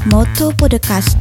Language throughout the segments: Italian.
Moto Podcast.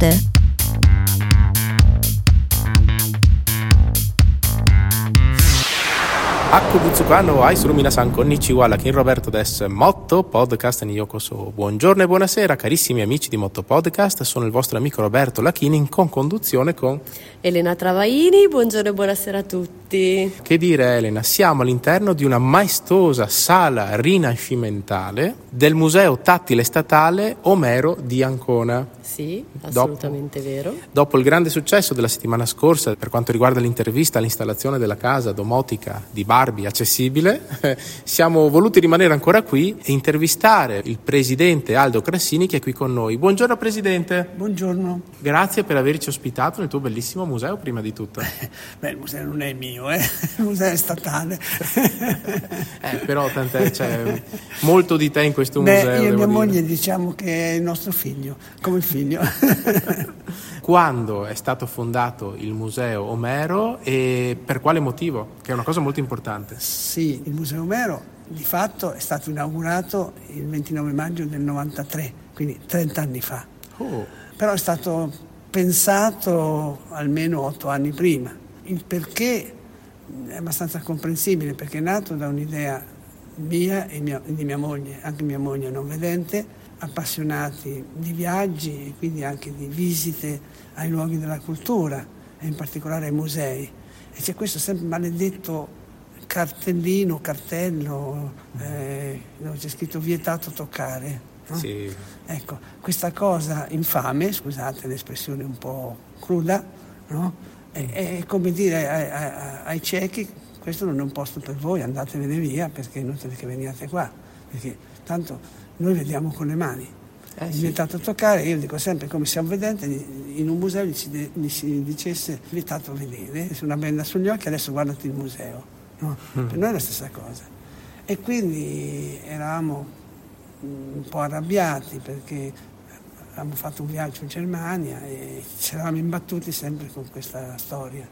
Akko Butsukano, Aisuru Minasan, konnichiwa, Lakin Roberto des Motto Podcast ni yokoso. Buongiorno e buonasera carissimi amici di Motto Podcast, sono il vostro amico Roberto Lachini in conduzione con Elena Travaini, buongiorno e buonasera a tutti. Che dire Elena, siamo all'interno di una maestosa sala rinascimentale del Museo Tattile Statale Omero di Ancona. Sì, assolutamente vero. Dopo il grande successo della settimana scorsa per quanto riguarda l'intervista all'installazione della casa domotica di Barbie accessibile, siamo voluti rimanere ancora qui e intervistare il presidente Aldo Crassini che è qui con noi. Buongiorno Presidente. Buongiorno. Grazie per averci ospitato nel tuo bellissimo museo prima di tutto. Beh, il museo non è mio, il museo è statale. Però tant'è, c'è molto di te in questo museo. Io e mia moglie diciamo che è il nostro figlio, come il figlio. Quando è stato fondato il Museo Omero e per quale motivo? Che è una cosa molto importante. Sì, il Museo Omero di fatto è stato inaugurato il 29 maggio del 93, quindi 30 anni fa. Però è stato pensato almeno 8 anni prima. Il perché è abbastanza comprensibile, perché è nato da un'idea mia e di mia moglie, anche mia moglie non vedente, appassionati di viaggi e quindi anche di visite ai luoghi della cultura e in particolare ai musei. E c'è questo sempre maledetto cartello dove c'è scritto vietato toccare, no? Sì. Ecco, questa cosa infame, scusate l'espressione un po' cruda, no? È come dire ai ciechi: questo non è un posto per voi, andatevene via, perché è inutile che veniate qua, perché tanto noi vediamo con le mani. È vietato toccare. Io dico sempre, come se a un vedente in un museo gli si dicesse vietato vedere, se una benda sugli occhi, adesso guardati il museo, no? Per noi è la stessa cosa. E quindi eravamo un po' arrabbiati perché avevamo fatto un viaggio in Germania e ci eravamo imbattuti sempre con questa storia.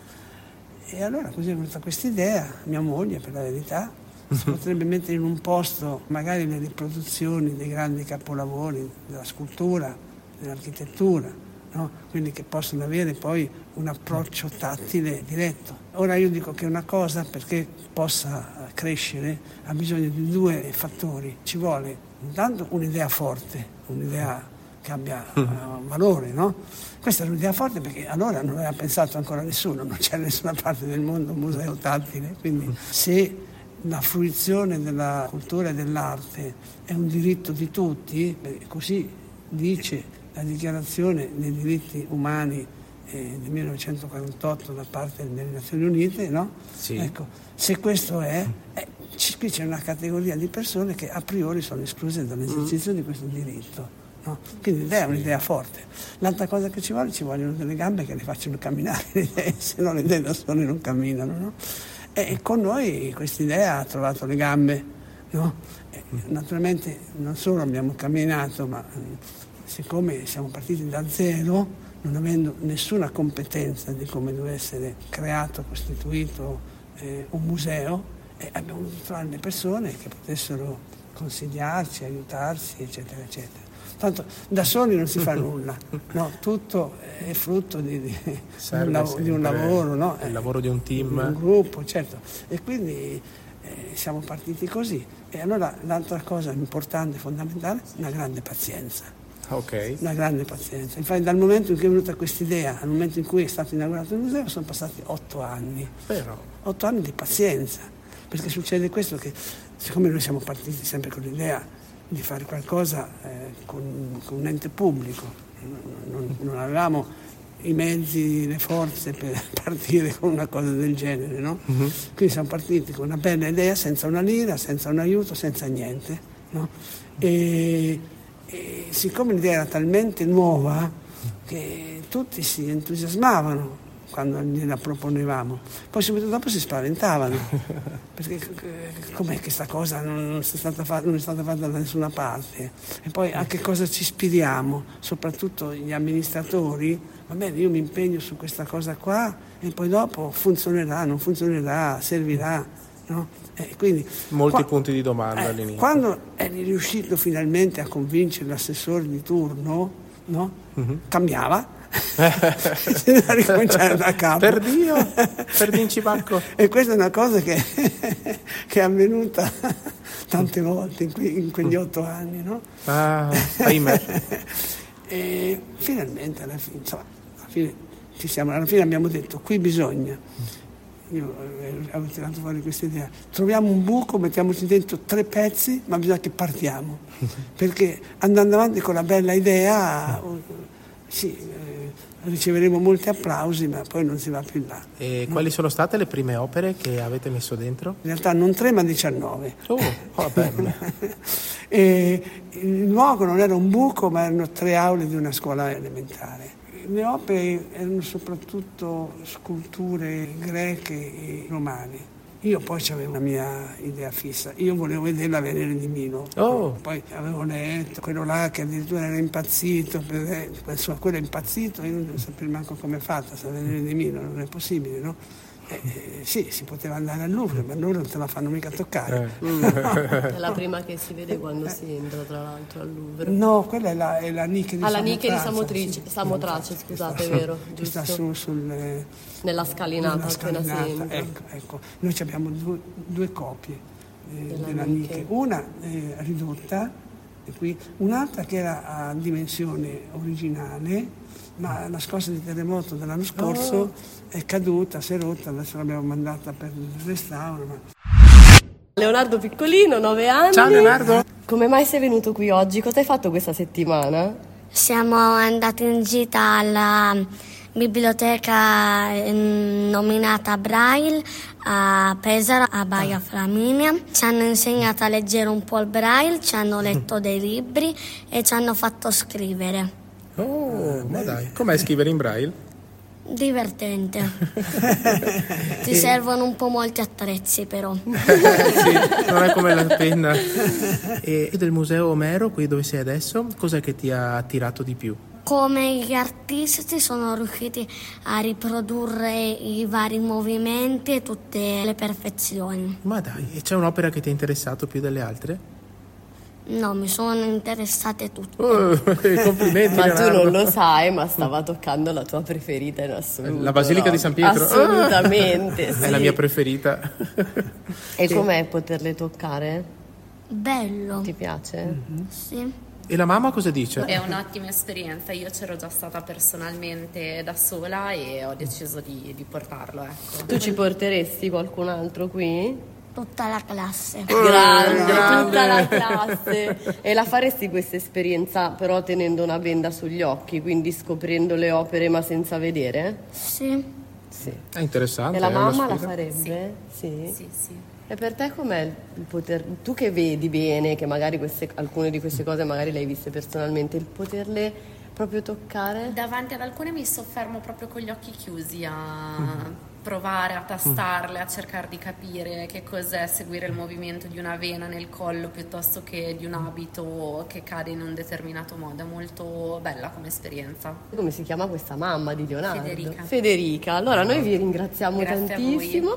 E allora così è venuta questa idea, mia moglie per la verità, si potrebbe mettere in un posto magari le riproduzioni dei grandi capolavori della scultura, dell'architettura, no? Quindi che possono avere poi un approccio tattile diretto. Ora io dico che una cosa, perché possa crescere, ha bisogno di 2 fattori. Ci vuole intanto un'idea forte, un'idea che abbia valore, no? Questa è un'idea forte perché allora non aveva pensato ancora nessuno, non c'è nessuna parte del mondo un museo tattile, quindi se la fruizione della cultura e dell'arte è un diritto di tutti, così dice la dichiarazione dei diritti umani del 1948 da parte delle Nazioni Unite, no? Sì. Ecco, se questo è, qui c'è una categoria di persone che a priori sono escluse dall'esercizio di questo diritto, no? Quindi l'idea è un'idea forte. L'altra cosa che ci vogliono delle gambe che le facciano camminare le idee, se no le idee da sole non camminano, no? E con noi questa idea ha trovato le gambe, no? Naturalmente non solo abbiamo camminato, ma siccome siamo partiti da zero, non avendo nessuna competenza di come deve essere creato, costituito un museo, abbiamo voluto trovare le persone che potessero consigliarci, aiutarci, eccetera, eccetera. Tanto da soli non si fa nulla, no? Tutto è frutto di un lavoro, no? Il lavoro di un team. Un gruppo, certo. E quindi siamo partiti così. E allora l'altra cosa importante, fondamentale, una grande pazienza. Ok. Una grande pazienza. Infatti dal momento in cui è venuta questa idea, al momento in cui è stato inaugurato il museo, sono passati 8 anni. Vero. 8 anni di pazienza. Perché succede questo, che siccome noi siamo partiti sempre con l'idea di fare qualcosa con un ente pubblico, non avevamo i mezzi, le forze per partire con una cosa del genere, no? Quindi siamo partiti con una bella idea, senza una lira, senza un aiuto, senza niente, no? E siccome l'idea era talmente nuova che tutti si entusiasmavano quando gliela proponevamo, poi subito dopo si spaventavano perché com'è che questa cosa non è stata fatta da nessuna parte, e poi a che cosa ci ispiriamo, soprattutto gli amministratori. Va bene, io mi impegno su questa cosa qua e poi dopo funzionerà, non funzionerà, servirà, no? Quindi, molti punti di domanda all'inizio. Quando eri riuscito finalmente a convincere l'assessore di turno, no? Cambiava. Bisogna ricominciare da capo. Per Dio, per Vincibacco. E questa è una cosa che è avvenuta tante volte in quegli 8 anni, no? Ahimè. E finalmente alla fine abbiamo detto qui bisogna, io avevo tirato fuori questa idea, troviamo un buco, mettiamoci dentro 3 pezzi, ma bisogna che partiamo, perché andando avanti con la bella idea riceveremo molti applausi, ma poi non si va più in là. E quali sono state le prime opere che avete messo dentro? In realtà non 3 ma 19. Bello. E il luogo non era un buco, ma erano 3 aule di una scuola elementare. Le opere erano soprattutto sculture greche e romane. Io poi avevo una mia idea fissa, io volevo vedere la Venere di Milo. Poi avevo letto quello là che addirittura era impazzito, insomma quello è impazzito, io non sapevo manco come è fatta, se la Venere di Milo non è possibile, no? Sì, si poteva andare al Louvre, ma loro non te la fanno mica toccare. È la prima che si vede quando si entra, tra l'altro, al Louvre. No, quella è la Nike di Samotrace, scusate, è vero, giusto? Che sta nella scalinata appena si entra. Ecco. Noi abbiamo due copie della Nike, una ridotta, e qui un'altra che era a dimensione originale, ma la scossa di terremoto dell'anno scorso è caduta, si è rotta, adesso l'abbiamo mandata per il restauro. Leonardo piccolino, 9 anni. Ciao Leonardo. Come mai sei venuto qui oggi? Cosa hai fatto questa settimana? Siamo andati in gita alla biblioteca nominata Braille a Pesaro, a Baia Flaminia. Ci hanno insegnato a leggere un po' il Braille, ci hanno letto dei libri e ci hanno fatto scrivere. Ma dai, com'è scrivere in Braille? Divertente. Ti servono un po' molti attrezzi però. Sì, non è come la penna. E del Museo Omero, qui dove sei adesso, cos'è che ti ha attirato di più? Come gli artisti sono riusciti a riprodurre i vari movimenti e tutte le perfezioni. Ma dai, e c'è un'opera che ti ha interessato più delle altre? No, mi sono interessate tutte. Complimenti. Ma Leonardo. tu non lo sai, ma stava toccando la tua preferita in assoluto. La Basilica di San Pietro? Assolutamente, sì. È la mia preferita. E com'è poterle toccare? Bello. Ti piace? Sì. E la mamma cosa dice? È un'ottima esperienza, io c'ero già stata personalmente da sola e ho deciso di portarlo, ecco. Tu ci porteresti qualcun altro qui? Tutta la classe. Grande, tutta la classe. E la faresti questa esperienza però tenendo una benda sugli occhi, quindi scoprendo le opere ma senza vedere? Sì. Sì. È interessante. E la è una mamma la sfida. farebbe? Sì. Sì. E per te com'è il poter, tu che vedi bene, che magari alcune di queste cose magari le hai viste personalmente, il poterle proprio toccare? Davanti ad alcune mi soffermo proprio con gli occhi chiusi a provare a tastarle, a cercare di capire che cos'è seguire il movimento di una vena nel collo piuttosto che di un abito che cade in un determinato modo. È molto bella come esperienza. Come si chiama questa mamma di Leonardo? Federica. Allora noi vi ringraziamo Grazie tantissimo.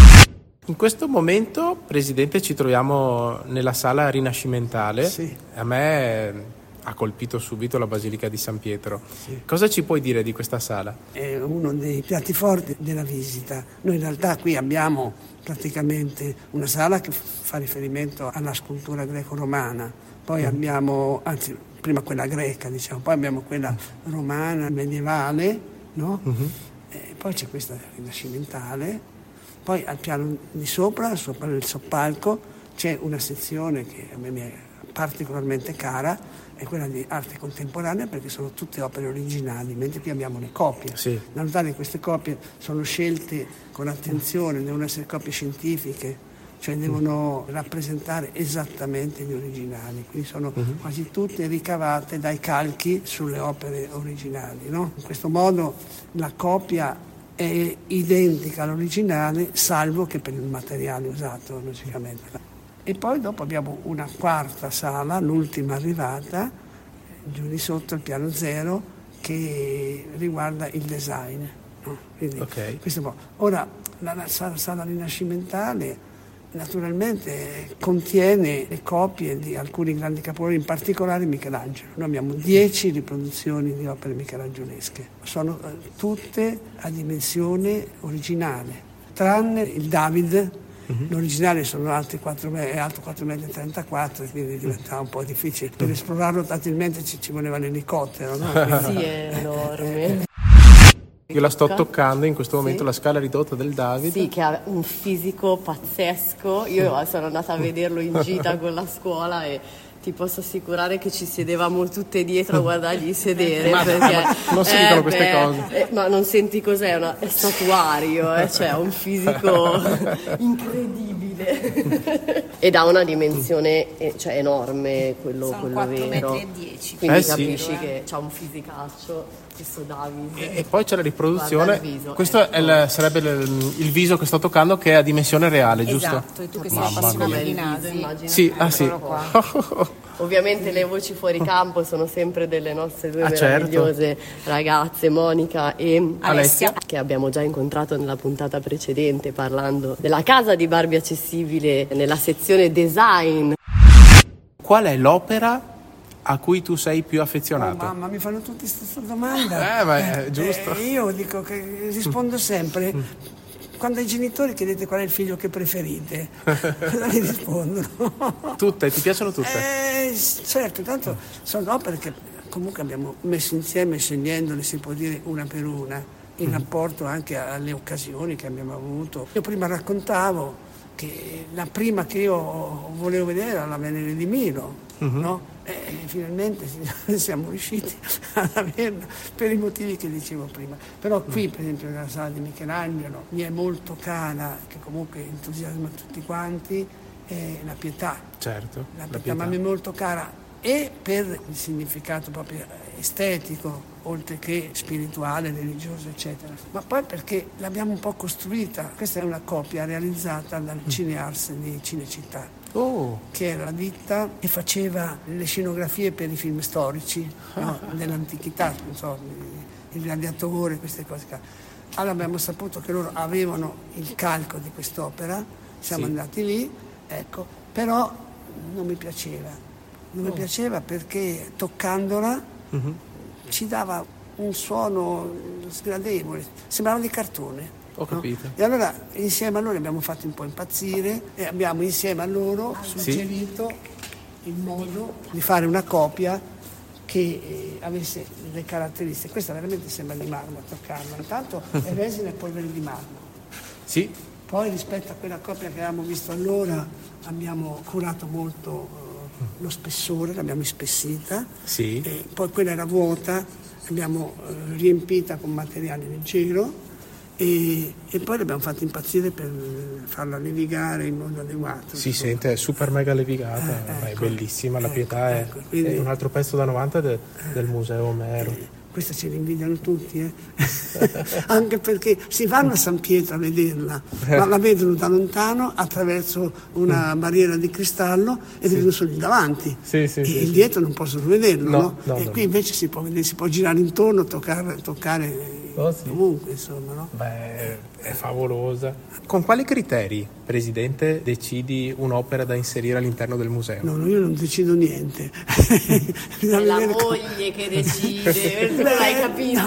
In questo momento, Presidente, ci troviamo nella sala rinascimentale. Sì. A me ha colpito subito la Basilica di San Pietro. Sì. Cosa ci puoi dire di questa sala? È uno dei piatti forti della visita. Noi in realtà qui abbiamo praticamente una sala che fa riferimento alla scultura greco-romana, poi abbiamo, anzi prima quella greca diciamo, poi abbiamo quella romana medievale, no? Poi c'è questa rinascimentale, poi al piano di sopra nel soppalco, c'è una sezione che a me mi è particolarmente cara, è quella di arte contemporanea, perché sono tutte opere originali, mentre qui abbiamo le copie. Sì. Da notare che queste copie sono scelte con attenzione, devono essere copie scientifiche, cioè devono rappresentare esattamente gli originali, quindi sono quasi tutte ricavate dai calchi sulle opere originali, no? In questo modo la copia è identica all'originale, salvo che per il materiale usato, logicamente. E poi dopo abbiamo una quarta sala, l'ultima arrivata, giù di sotto, il piano zero, che riguarda il design. No? Quindi, questo ora, la sala rinascimentale naturalmente contiene le copie di alcuni grandi capolavori, in particolare Michelangelo. Noi abbiamo 10 riproduzioni di opere michelangiolesche, sono tutte a dimensione originale, tranne il David. L'originale sono altri 4 metri, è alto 4,34 m, quindi diventava un po' difficile. Per esplorarlo facilmente ci voleva l'elicottero, no? Sì, è enorme. Io la sto toccando in questo momento, la scala ridotta del David. Sì, che ha un fisico pazzesco. Io sono andata a vederlo in gita con la scuola e ti posso assicurare che ci sedevamo tutte dietro a guardargli sedere. Ma non si dicono queste cose. Ma non senti cos'è? È statuario, cioè ha un fisico incredibile. Ed ha una dimensione cioè, enorme, quello vero. 4,10 m. Quindi sì. capisci che c'ha un fisicaccio. Questo Davide. E poi c'è la riproduzione. Questo ecco. sarebbe il viso che sto toccando, che è a dimensione reale, giusto? Esatto, e tu che sei appassionato di nasi. Sì, sì. Ovviamente le voci fuori campo sono sempre delle nostre due certo. meravigliose ragazze, Monica e Alessia, che abbiamo già incontrato nella puntata precedente parlando della casa di Barbie accessibile nella sezione design. Qual è l'opera a cui tu sei più affezionato? Oh, mamma, mi fanno tutti questa domanda. Ma è giusto. Io dico che rispondo sempre. Quando ai genitori chiedete qual è il figlio che preferite, cosa mi rispondono? Tutte, ti piacciono tutte? Certo, tanto sono opere che comunque abbiamo messo insieme, scegliendole, si può dire una per una, in rapporto anche alle occasioni che abbiamo avuto. Io prima raccontavo che la prima che io volevo vedere era la Venere di Milo, no? E finalmente siamo riusciti ad averla per i motivi che dicevo prima. Però qui, per esempio, nella sala di Michelangelo mi è molto cara, che comunque entusiasma tutti quanti, è la Pietà. Certo, la Pietà, ma mi è molto cara e per il significato proprio estetico, oltre che spirituale, religioso, eccetera. Ma poi perché l'abbiamo un po' costruita. Questa è una copia realizzata dal Cinears di Cinecittà. Che era la ditta che faceva le scenografie per i film storici, no, dell'antichità, non so, il gladiatore, queste cose qua. Allora abbiamo saputo che loro avevano il calco di quest'opera, siamo andati lì, ecco, però non mi piaceva. Non mi piaceva perché toccandola ci dava un suono sgradevole, sembrava di cartone. Ho capito. No? E allora insieme a loro abbiamo fatto un po' impazzire e abbiamo insieme a loro suggerito il modo di fare una copia che avesse le caratteristiche. Questa veramente sembra di marmo a toccarla. Intanto è resina e polvere di marmo. Sì. Poi rispetto a quella copia che avevamo visto allora abbiamo curato molto lo spessore, l'abbiamo ispessita. Sì. E poi quella era vuota, l'abbiamo riempita con materiale leggero. E poi l'abbiamo fatto impazzire per farla levigare in modo adeguato. Si sente, è super mega levigata, è bellissima, la Pietà quindi, è un altro pezzo da 90 del Museo Omero. Questa ce l'invidiano tutti, anche perché si vanno a San Pietro a vederla, ma la vedono da lontano attraverso una barriera di cristallo e vedono solo davanti. Il dietro non possono vederlo, no? E qui invece si può vedere, si può girare intorno, toccare ovunque, insomma, no? Beh, è favolosa. Con quali criteri, Presidente, decidi un'opera da inserire all'interno del museo? No, io non decido niente. È la moglie che decide, l'hai capito?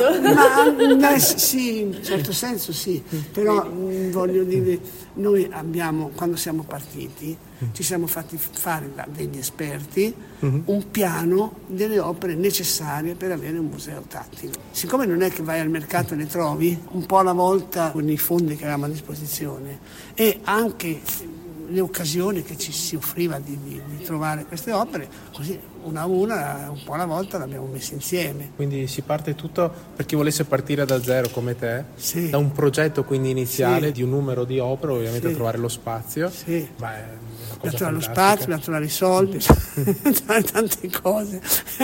Sì, in un certo senso sì, però voglio dire, noi abbiamo, quando siamo partiti, ci siamo fatti fare da degli esperti un piano delle opere necessarie per avere un museo tattile. Siccome non è che vai al mercato e le trovi, un po' alla volta con i fondi che avevamo a disposizione e anche le occasioni che ci si offriva di trovare queste opere, così una a una, un po' alla volta l'abbiamo messa insieme. Quindi si parte tutto, per chi volesse partire da zero come te, sì, da un progetto quindi iniziale sì, di un numero di opere, ovviamente sì, trovare lo spazio. Sì. Ma è una cosa trovare lo fantastica. spazio, da trovare i soldi, trovare tante cose.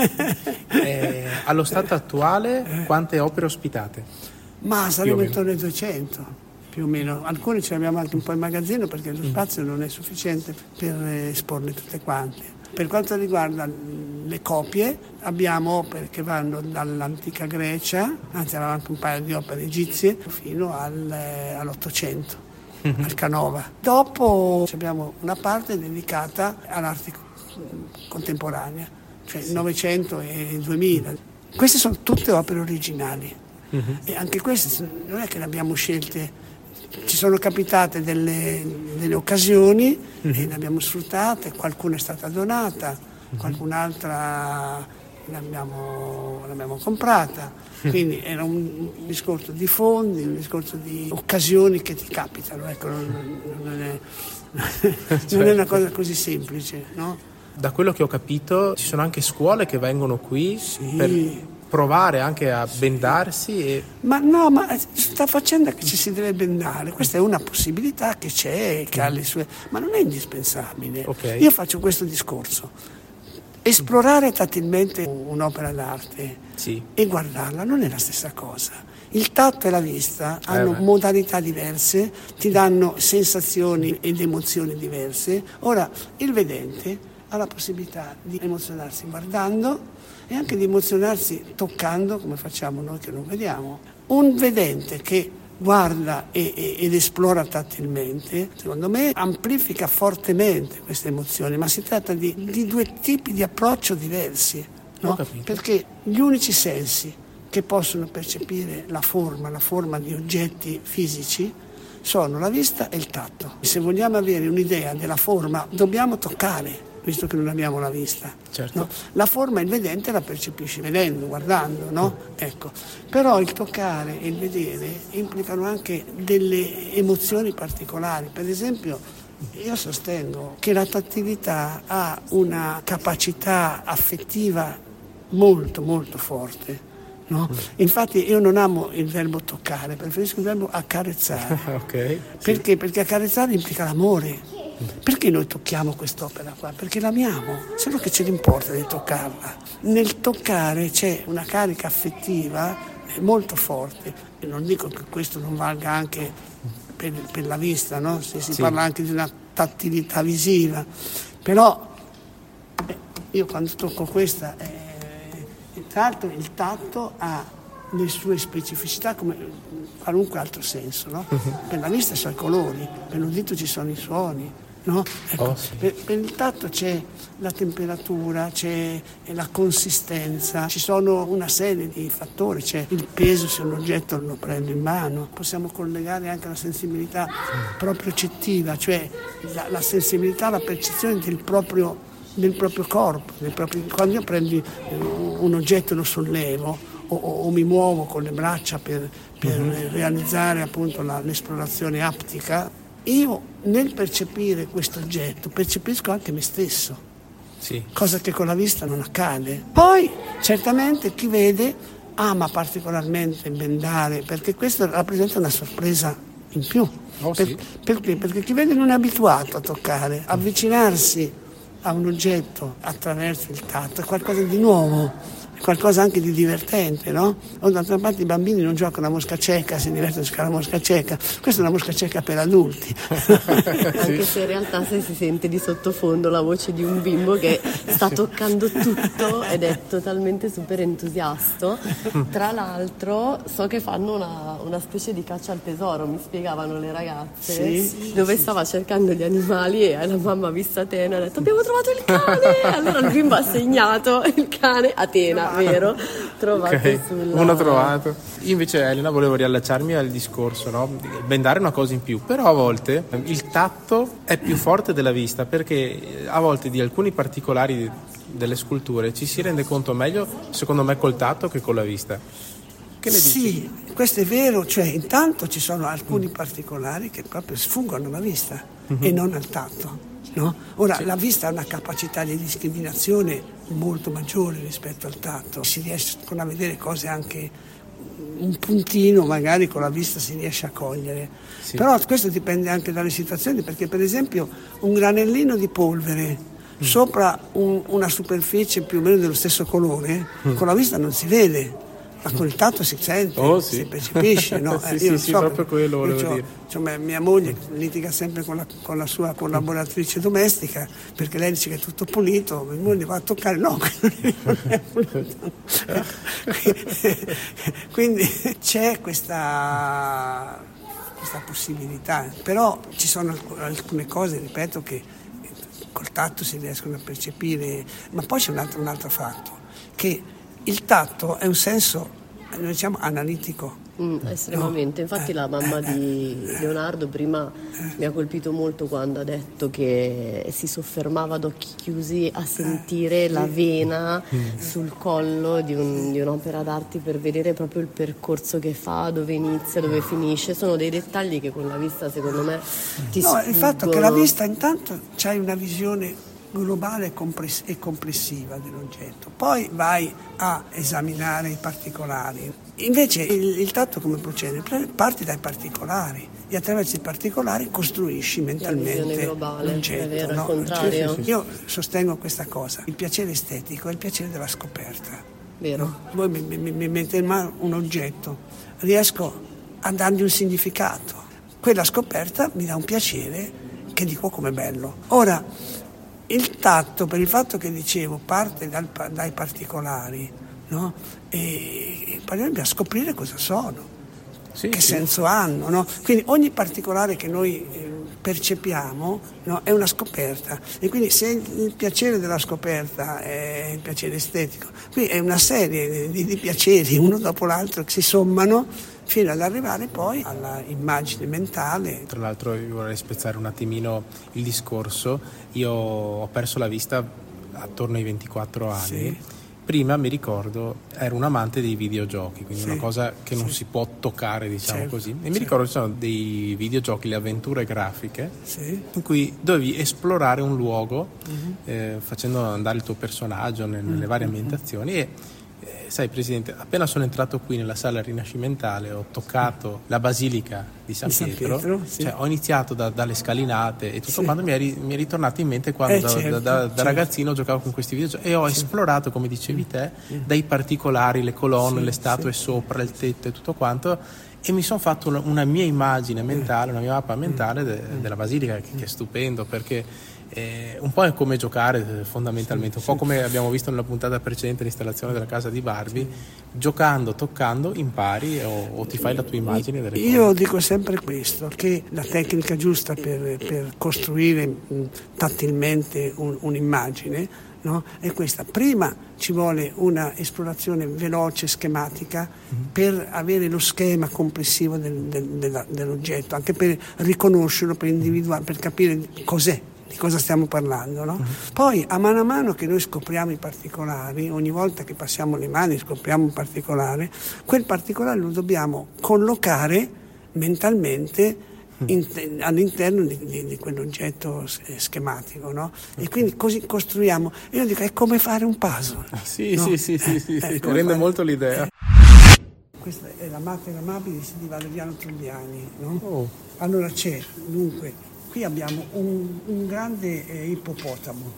Allo stato attuale quante opere ospitate? Ma saremo intorno ai 200. Più o meno, alcune ce le abbiamo anche un po' in magazzino perché lo spazio non è sufficiente per esporle tutte quante. Per quanto riguarda le copie, abbiamo opere che vanno dall'antica Grecia, anzi avevamo anche un paio di opere egizie, fino all'Ottocento. al Canova. Dopo abbiamo una parte dedicata all'arte contemporanea, cioè il Novecento e il 2000. Queste sono tutte opere originali e anche queste non è che le abbiamo scelte, ci sono capitate delle occasioni e le abbiamo sfruttate, qualcuna è stata donata, qualcun'altra l'abbiamo comprata, quindi era un discorso di fondi, un discorso di occasioni che ti capitano, ecco, non è una cosa così semplice, no? Da quello che ho capito ci sono anche scuole che vengono qui per provare anche a bendarsi ma sta facendo che ci si deve bendare, questa è una possibilità che c'è, che ha le sue, ma non è indispensabile. Okay. Io faccio questo discorso: esplorare tattilmente un'opera d'arte e guardarla non è la stessa cosa. Il tatto e la vista hanno modalità diverse, ti danno sensazioni ed emozioni diverse. Ora il vedente ha la possibilità di emozionarsi guardando e anche di emozionarsi toccando, come facciamo noi che non vediamo. Un vedente che guarda ed esplora tattilmente, secondo me amplifica fortemente queste emozioni, ma si tratta di due tipi di approccio diversi, no? Perché gli unici sensi che possono percepire la forma di oggetti fisici sono la vista e il tatto. Se vogliamo avere un'idea della forma dobbiamo toccare, visto che non abbiamo la vista. Certo. No? La forma il vedente la percepisce vedendo, guardando, no? Ecco. Però il toccare e il vedere implicano anche delle emozioni particolari. Per esempio, io sostengo che la tattilità ha una capacità affettiva molto, molto forte. No? Infatti io non amo il verbo toccare, preferisco il verbo accarezzare. Okay, perché? Perché accarezzare implica l'amore. Perché noi tocchiamo quest'opera qua? Perché l'amiamo, solo che ce ne importa di toccarla. Nel toccare c'è una carica affettiva molto forte. E non dico che questo non valga anche per la vista, no? Se si parla anche di una tattilità visiva, però io quando tocco questa, tra l'altro il tatto ha le sue specificità come qualunque altro senso, no? Per la vista sono i colori, per l'udito ci sono i suoni, no? Ecco, per il tatto c'è la temperatura, c'è la consistenza, ci sono una serie di fattori, c'è il peso se un oggetto lo prendo in mano, possiamo collegare anche la sensibilità propriocettiva, cioè la sensibilità, la percezione del proprio corpo, quando io prendo un oggetto e lo sollevo o mi muovo con le braccia per realizzare appunto l'esplorazione aptica, io nel percepire questo oggetto percepisco anche me stesso, cosa che con la vista non accade. Poi certamente chi vede ama particolarmente bendare, perché questo rappresenta una sorpresa in più. Perché? Perché chi vede non è abituato a toccare, avvicinarsi a un oggetto attraverso il tatto è qualcosa di nuovo, è qualcosa anche di divertente, no? D'altra parte i bambini non giocano a mosca cieca, si divertono a giocare a mosca cieca, questa è una mosca cieca per adulti. Anche se in realtà se si sente di sottofondo la voce di un bimbo che sta toccando tutto ed è totalmente super entusiasta. Tra l'altro so che fanno una specie di caccia al tesoro, mi spiegavano le ragazze, dove stava cercando gli animali e la mamma vista Atena ha detto abbiamo trovato il cane, allora il bimbo ha segnato il cane Atena, vero? Trovato uno trovato. Io invece, Elena, volevo riallacciarmi al discorso, no? Bendare è una cosa in più, però a volte il tatto è più forte della vista, perché a volte di alcuni particolari delle sculture ci si rende conto meglio, secondo me, col tatto che con la vista. Che ne dici? Sì, questo è vero, cioè intanto ci sono alcuni particolari che proprio sfuggono alla vista e non al tatto. No? Ora la vista ha una capacità di discriminazione molto maggiore rispetto al tatto, si riescono a vedere cose anche un puntino, magari con la vista si riesce a cogliere, però questo dipende anche dalle situazioni, perché per esempio un granellino di polvere sopra una superficie più o meno dello stesso colore con la vista non si vede, ma col tatto si sente, si percepisce, no? Io non so, proprio quello volevo dire. Cioè, mia moglie litiga sempre con la sua collaboratrice domestica perché lei dice che è tutto pulito, mia moglie va a toccare, no, non è pulito. Quindi c'è questa questa possibilità, però ci sono alcune cose, ripeto, che col tatto si riescono a percepire, ma poi c'è un altro fatto, che il tatto è un senso, noi diciamo, analitico. Estremamente, infatti la mamma di Leonardo prima mi ha colpito molto quando ha detto che si soffermava ad occhi chiusi a sentire la vena sul collo di un'opera d'arte per vedere proprio il percorso che fa, dove inizia, dove finisce. Sono dei dettagli che con la vista secondo me ti sfuggono. Il fatto che la vista intanto c'hai una visione globale e complessiva dell'oggetto, poi vai a esaminare i particolari. Invece il tatto come procede? Parti dai particolari e attraverso i particolari costruisci mentalmente globale, l'oggetto. è vero, no? al contrario. Io sostengo questa cosa, il piacere estetico è il piacere della scoperta. Vero. No? Voi mi mettete in mano un oggetto, riesco a dargli un significato, quella scoperta mi dà un piacere che dico com'è bello. Ora, il tatto, per il fatto che dicevo, parte dai particolari, no? E poi dobbiamo scoprire cosa sono, che senso hanno, no? Quindi ogni particolare che noi percepiamo, no, è una scoperta, e quindi se il piacere della scoperta è il piacere estetico, qui è una serie di piaceri uno dopo l'altro che si sommano fino ad arrivare poi alla immagine mentale. Tra l'altro io vorrei spezzare un attimino il discorso. Io ho perso la vista attorno ai 24 anni. Sì. Prima, mi ricordo, ero un amante dei videogiochi, quindi una cosa che non si può toccare, diciamo così. E mi ricordo che ci sono dei videogiochi, le avventure grafiche, in cui dovevi esplorare un luogo facendo andare il tuo personaggio nelle varie ambientazioni. E sai, Presidente, appena sono entrato qui nella sala rinascimentale ho toccato la basilica di San Pietro, cioè, ho iniziato dalle scalinate e tutto quanto mi è ritornato in mente quando da ragazzino giocavo con questi videogiochi e ho esplorato, come dicevi te, dai particolari, le colonne, le statue sopra, il tetto e tutto quanto, e mi sono fatto una mia immagine mentale, una mia mappa mentale della basilica, che è stupendo, perché un po' è come giocare fondamentalmente, un po' come abbiamo visto nella puntata precedente, l'installazione della casa di Barbie, giocando, toccando, impari o ti fai la tua immagine delle cose. Io dico sempre questo, che la tecnica giusta per costruire tattilmente un'immagine, no, è questa. Prima ci vuole una esplorazione veloce, schematica, per avere lo schema complessivo dell'oggetto, anche per riconoscerlo, per individuare, per capire cos'è, di cosa stiamo parlando, no? Poi a mano che noi scopriamo i particolari, ogni volta che passiamo le mani scopriamo un particolare, quel particolare lo dobbiamo collocare mentalmente all'interno di quell'oggetto schematico, no? E quindi così costruiamo. Io dico, è come fare un puzzle. Sì, rende molto l'idea. Questa è la Mater Amabilis di Valeriano Trugliani, no? Allora c'è, dunque, qui abbiamo un grande ippopotamo,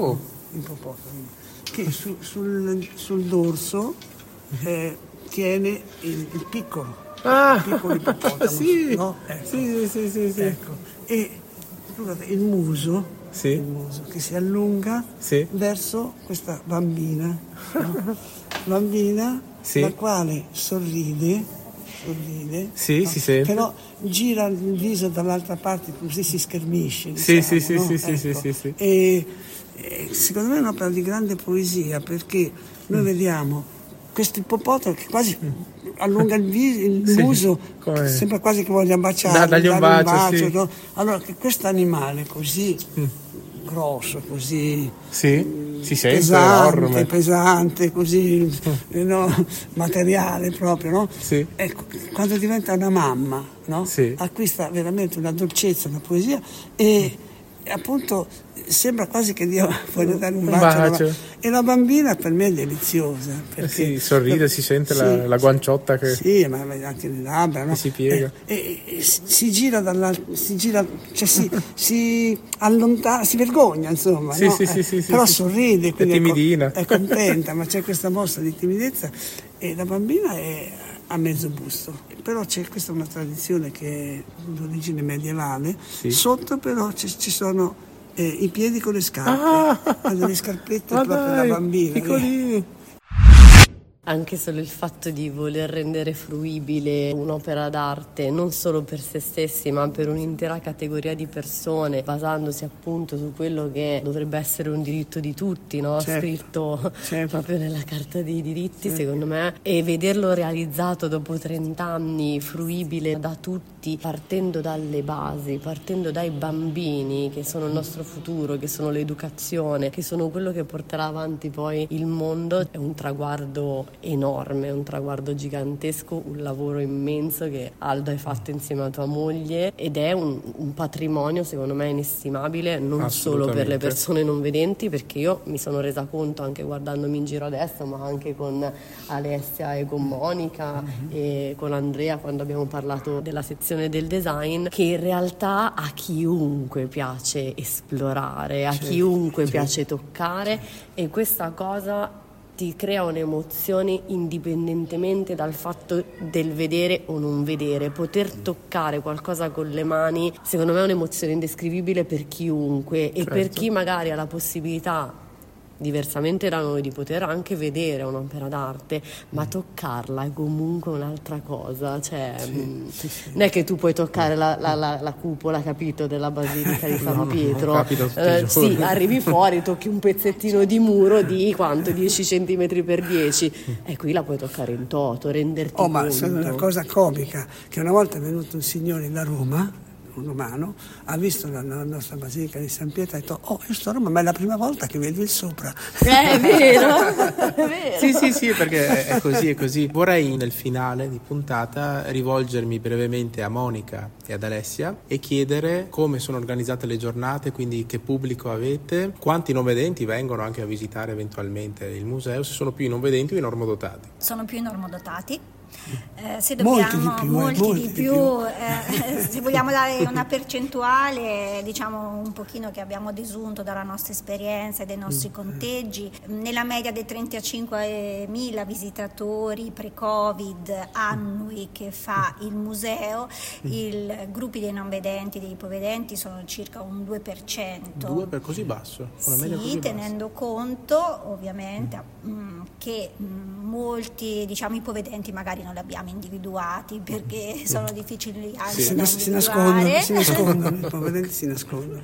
che sul dorso tiene il piccolo ippopotamo, no? Ecco. Sì. Ecco. E il muso che si allunga verso questa bambina, no? Bambina la quale sorride, no? Però gira il viso dall'altra parte, così si schermisce. Diciamo, E secondo me è un'opera di grande poesia, perché noi vediamo questo ippopotamo che quasi allunga il muso, sembra quasi che voglia baciare, dargli un bacio, no? Allora che questo animale così grosso, così si sente pesante, così no? Materiale proprio, no? Ecco, quando diventa una mamma, no? Acquista veramente una dolcezza, una poesia, e appunto sembra quasi che Dio voglia dare un bacio. E la bambina per me è deliziosa, perché sorride, si sente la guanciotta che ma anche le labbra, no? Si piega e si gira dall'altro, cioè si allontana, si vergogna, insomma, no? Però sorride, quindi è timidina, è contenta, ma c'è questa mossa di timidezza, e la bambina è a mezzo busto. Però questa è una tradizione che è d'origine medievale. Sotto però ci sono i piedi con le scarpe, delle scarpette proprio da bambina. Piccolini. Anche solo il fatto di voler rendere fruibile un'opera d'arte non solo per se stessi ma per un'intera categoria di persone, basandosi appunto su quello che dovrebbe essere un diritto di tutti, no? Certo. Scritto Certo. proprio nella Carta dei diritti, secondo me, e vederlo realizzato dopo 30 anni, fruibile da tutti, partendo dalle basi, partendo dai bambini che sono il nostro futuro, che sono l'educazione, che sono quello che porterà avanti poi il mondo, è un traguardo enorme, un traguardo gigantesco, un lavoro immenso che Aldo hai fatto insieme a tua moglie, ed è un patrimonio secondo me inestimabile, non solo per le persone non vedenti, perché io mi sono resa conto anche guardandomi in giro adesso, ma anche con Alessia e con Monica e con Andrea quando abbiamo parlato della sezione del design, che in realtà a chiunque piace esplorare, a chiunque piace toccare, e questa cosa ti crea un'emozione indipendentemente dal fatto del vedere o non vedere. Poter toccare qualcosa con le mani secondo me è un'emozione indescrivibile per chiunque, e per chi magari ha la possibilità, diversamente da noi, di poter anche vedere un'opera d'arte, ma toccarla è comunque un'altra cosa, cioè non è che tu puoi toccare la cupola, capito, della Basilica di San Pietro, sì, arrivi fuori, tocchi un pezzettino di muro di quanto? 10 cm per 10, e qui la puoi toccare in toto, renderti conto. Ma è una cosa comica, che una volta è venuto un signore da Roma, un romano, ha visto la nostra Basilica di San Pietro e ha detto: io sto a Roma, ma è la prima volta che vedo il sopra. È vero, è vero. Sì, perché è così. Vorrei nel finale di puntata rivolgermi brevemente a Monica e ad Alessia e chiedere come sono organizzate le giornate, quindi che pubblico avete, quanti non vedenti vengono anche a visitare eventualmente il museo, se sono più i non vedenti o i normodotati. Sono più i normodotati. Se dobbiamo molti di più. Se vogliamo dare una percentuale, diciamo un pochino che abbiamo desunto dalla nostra esperienza e dai nostri conteggi, nella media dei 35.000 visitatori pre-Covid annui che fa il museo, i gruppi dei non vedenti, dei ipovedenti sono circa un 2%. Per così basso? Una media sì, così tenendo conto ovviamente che molti, diciamo, ipovedenti magari non li abbiamo individuati perché sono difficili anche da si individuare. nascondono, i ipovedenti si nascondono.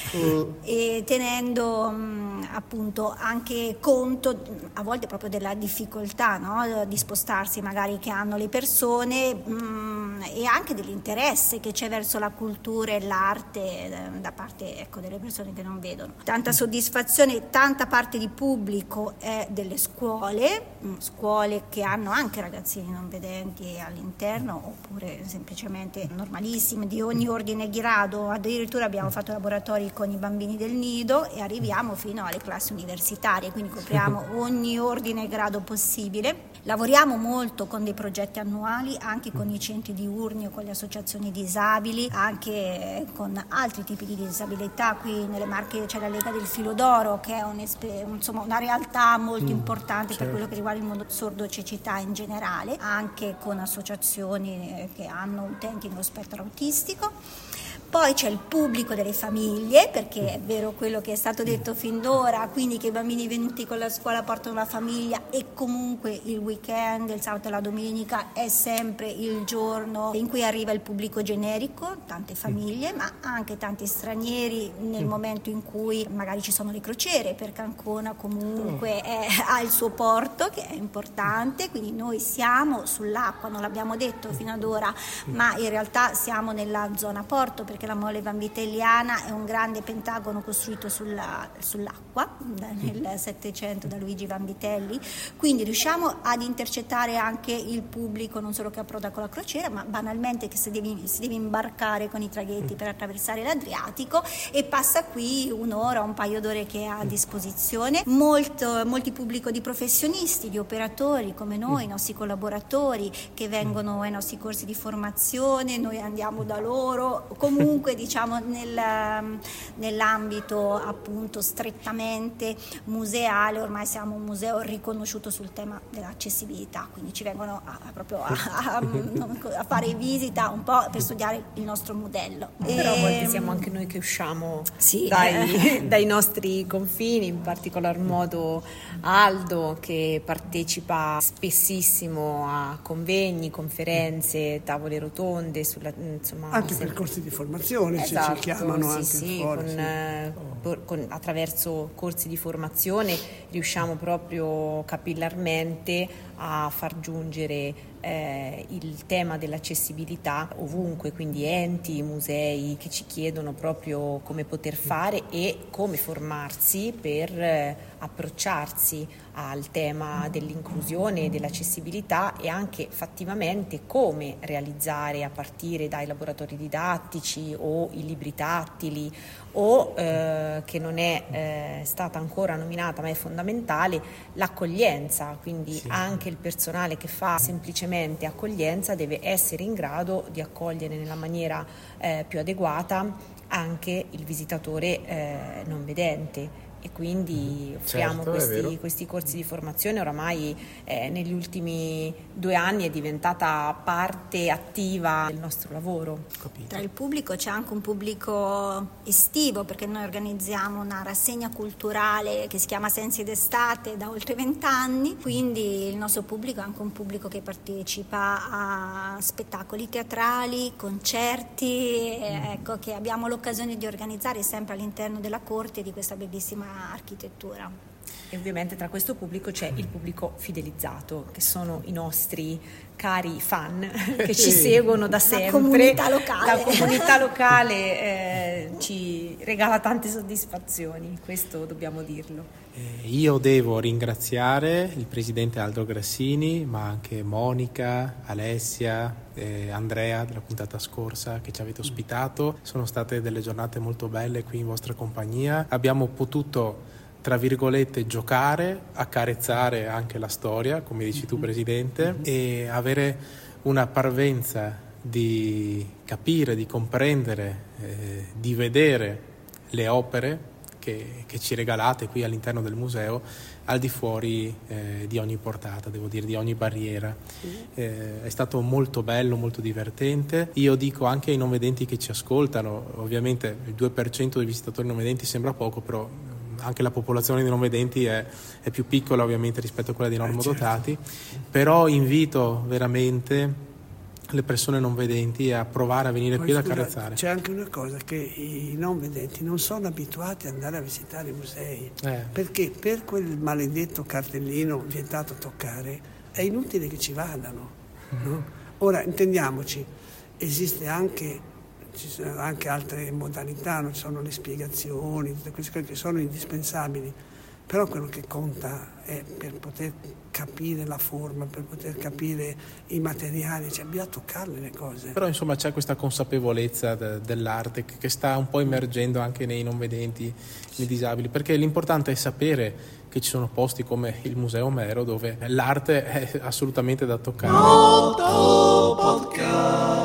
E tenendo appunto anche conto a volte proprio della difficoltà, no? Di spostarsi magari che hanno le persone, e anche dell'interesse che c'è verso la cultura e l'arte da parte, ecco, delle persone che non vedono. Tanta soddisfazione, tanta parte di pubblico è delle scuole che hanno anche ragazzini non vedenti all'interno, oppure semplicemente normalissimi di ogni ordine e grado. Addirittura abbiamo fatto laboratori con i bambini del nido e arriviamo fino alle classi universitarie, quindi copriamo ogni ordine e grado possibile. Lavoriamo molto con dei progetti annuali, anche con i centri diurni o con le associazioni disabili, anche con altri tipi di disabilità. Qui nelle Marche c'è la Lega del Filo d'Oro, che è una realtà molto importante per quello che riguarda il mondo sordo-cecità in generale, anche con associazioni che hanno utenti nello spettro autistico. Poi c'è il pubblico delle famiglie, perché è vero quello che è stato detto fin d'ora, quindi che i bambini venuti con la scuola portano la famiglia, e comunque il weekend, il sabato e la domenica è sempre il giorno in cui arriva il pubblico generico, tante famiglie, ma anche tanti stranieri nel momento in cui magari ci sono le crociere, perché Ancona comunque ha il suo porto che è importante, quindi noi siamo sull'acqua, non l'abbiamo detto fino ad ora, ma in realtà siamo nella zona porto, perché la Mole Vanvitelliana è un grande pentagono costruito sull'acqua nel Settecento da Luigi Vanvitelli, quindi riusciamo ad intercettare anche il pubblico non solo che approda con la crociera, ma banalmente che si deve imbarcare con i traghetti per attraversare l'Adriatico, e passa qui un'ora, un paio d'ore che ha a disposizione. Molti pubblico di professionisti, di operatori come noi, i nostri collaboratori che vengono ai nostri corsi di formazione, noi andiamo da loro. Comunque comunque diciamo nell'ambito appunto strettamente museale ormai siamo un museo riconosciuto sul tema dell'accessibilità, quindi ci vengono proprio a fare visita un po' per studiare il nostro modello. Però a volte siamo anche noi che usciamo dai nostri confini, in particolar modo Aldo, che partecipa spessissimo a convegni, conferenze, tavole rotonde anche percorsi di formazione, esatto, ci chiamano anche fuori, attraverso corsi di formazione riusciamo proprio capillarmente a far giungere il tema dell'accessibilità ovunque, quindi enti, musei che ci chiedono proprio come poter fare e come formarsi per approcciarsi al tema dell'inclusione e dell'accessibilità, e anche fattivamente come realizzare a partire dai laboratori didattici o i libri tattili o che non è stata ancora nominata ma è fondamentale, l'accoglienza, quindi anche il personale che fa semplicemente accoglienza deve essere in grado di accogliere nella maniera più adeguata anche il visitatore non vedente. E quindi offriamo questi corsi di formazione. Oramai negli ultimi 2 anni è diventata parte attiva del nostro lavoro. Tra il pubblico c'è anche un pubblico estivo, perché noi organizziamo una rassegna culturale che si chiama Sensi d'estate da oltre 20 anni, quindi il nostro pubblico è anche un pubblico che partecipa a spettacoli teatrali, concerti, ecco, che abbiamo l'occasione di organizzare sempre all'interno della corte di questa bellissima architettura. E ovviamente tra questo pubblico c'è il pubblico fidelizzato, che sono i nostri cari fan che ci seguono da sempre. La comunità locale ci regala tante soddisfazioni, questo dobbiamo dirlo. Io devo ringraziare il presidente Aldo Grassini, ma anche Monica, Alessia, Andrea della puntata scorsa che ci avete ospitato. Sono state delle giornate molto belle qui in vostra compagnia. Abbiamo potuto, tra virgolette, giocare, accarezzare anche la storia, come dici tu Presidente, e avere una parvenza di capire, di comprendere, di vedere le opere che ci regalate qui all'interno del museo, al di fuori di ogni portata, devo dire, di ogni barriera. È stato molto bello, molto divertente. Io dico anche ai non vedenti che ci ascoltano, ovviamente il 2% dei visitatori non vedenti sembra poco, però anche la popolazione di non vedenti è più piccola ovviamente rispetto a quella dei normodotati, però invito veramente le persone non vedenti a provare a venire qui ad accarezzare. C'è anche una cosa, che i non vedenti non sono abituati ad andare a visitare i musei, perché per quel maledetto cartellino vietato toccare è inutile che ci vadano, no? Ora intendiamoci, ci sono anche altre modalità, non ci sono le spiegazioni, tutte queste cose che sono indispensabili, però quello che conta è per poter capire la forma, per poter capire i materiali, cioè bisogna toccarle le cose. Però insomma c'è questa consapevolezza dell'arte che sta un po' emergendo anche nei non vedenti, nei disabili, perché l'importante è sapere che ci sono posti come il Museo Omero dove l'arte è assolutamente da toccare.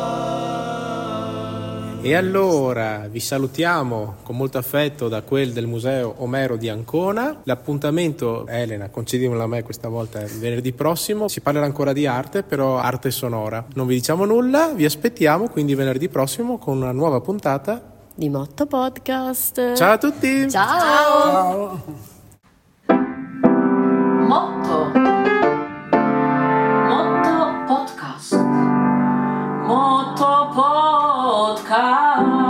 E allora vi salutiamo con molto affetto da quel del Museo Omero di Ancona. L'appuntamento, Elena, concedimelo a me questa volta, è venerdì prossimo. Si parlerà ancora di arte, però arte sonora. Non vi diciamo nulla, vi aspettiamo quindi venerdì prossimo con una nuova puntata di Motto Podcast. Ciao a tutti! Ciao! Motto Podcast. Motto Podcast.